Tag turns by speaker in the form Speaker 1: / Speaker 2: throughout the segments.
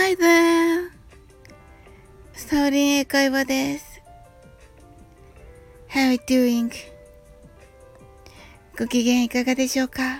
Speaker 1: Hi there! サオリン英会話です。How are you doing? ご機嫌いかがでしょうか？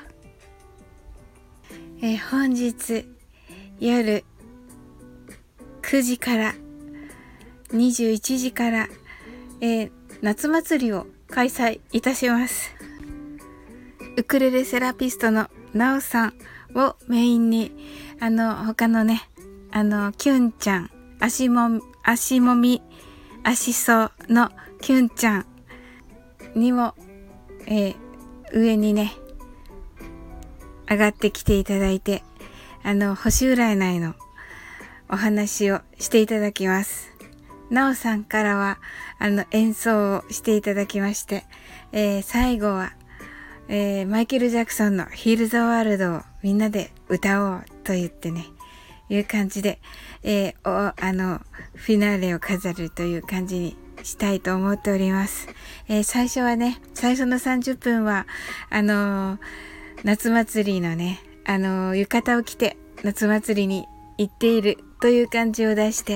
Speaker 1: 本日夜9時から21時から、夏祭りを開催いたします。ウクレレセラピストのナオさんをメインに、他のね、キュンちゃん、足もみ、足そうのキュンちゃんにも、上にね、上がってきていただいて、星占いのお話をしていただきます。なおさんからは、演奏をしていただきまして、最後は、マイケル・ジャクソンのヒール・ザ・ワールドをみんなで歌おうと言ってね、いう感じで、フィナーレを飾るという感じにしたいと思っております。最初はね、最初の30分は、夏祭りのね、浴衣を着て夏祭りに行っているという感じを出して、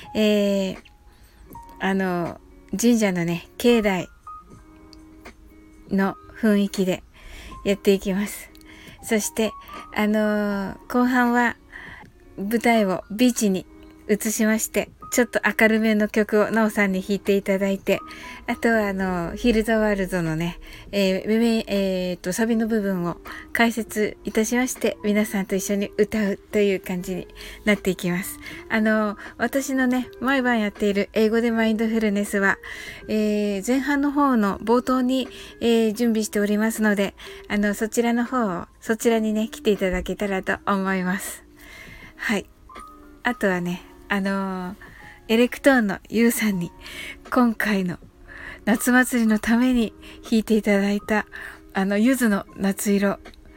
Speaker 1: 神社のね、境内の雰囲気でやっていきます。そして、後半は舞台をビーチに移しまして、ちょっと明るめの曲をなおさんに弾いていただいて、あとはヒール・ザ・ワールドのね、サビの部分を解説いたしまして、皆さんと一緒に歌うという感じになっていきます。私のね、毎晩やっている英語でマインドフルネスは、前半の方の冒頭に、準備しておりますので、そちらにね、来ていただけたらと思います。はい。あとはね、エレクトーンのユウさんに今回の夏祭りのために弾いていただいたゆずの夏色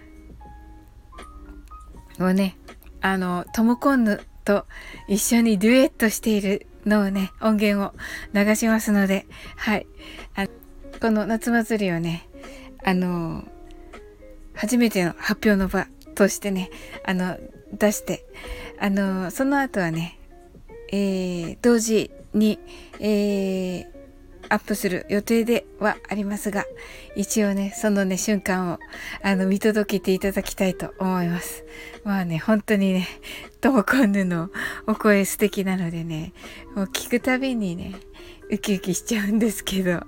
Speaker 1: をね、トモコンヌと一緒にデュエットしているのをね、音源を流しますので、はい。この夏祭りをね、初めての発表の場としてね、出して、その後はね、同時に、アップする予定ではありますが、一応ね、そのね、瞬間を、見届けていただきたいと思います。まあね、本当にね、トモコンヌのお声素敵なのでね、もう聞くたびにね、ウキウキしちゃうんですけど、はい。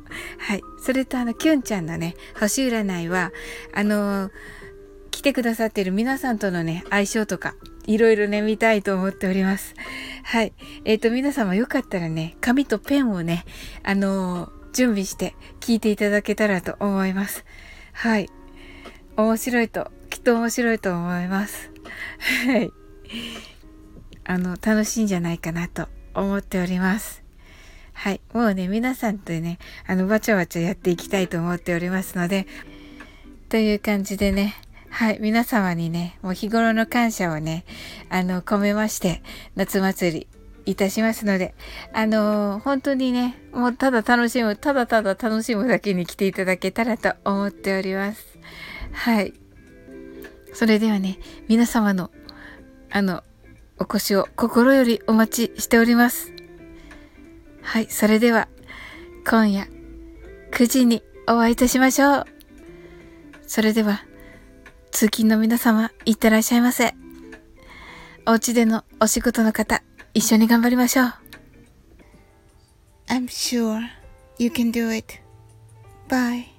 Speaker 1: それとキュンちゃんのね、星占いは、来てくださっている皆さんとのね、相性とか、いろいろね、見たいと思っております。はい。皆様よかったらね、紙とペンをね、準備して聞いていただけたらと思います。はい。きっと面白いと思います。はい。楽しいんじゃないかなと思っております。はい。もうね、皆さんとね、わちゃわちゃやっていきたいと思っておりますので、という感じでね、はい。皆様にね、もう日頃の感謝をね、込めまして、夏祭りいたしますので、本当にね、もうただただ楽しむだけに来ていただけたらと思っております。はい。それではね、皆様の、お越しを心よりお待ちしております。はい。それでは、今夜9時にお会いいたしましょう。それでは、通勤の皆様、いってらっしゃいませ。お家でのお仕事の方、一緒に頑張りましょう。I'm sure you can do it. Bye.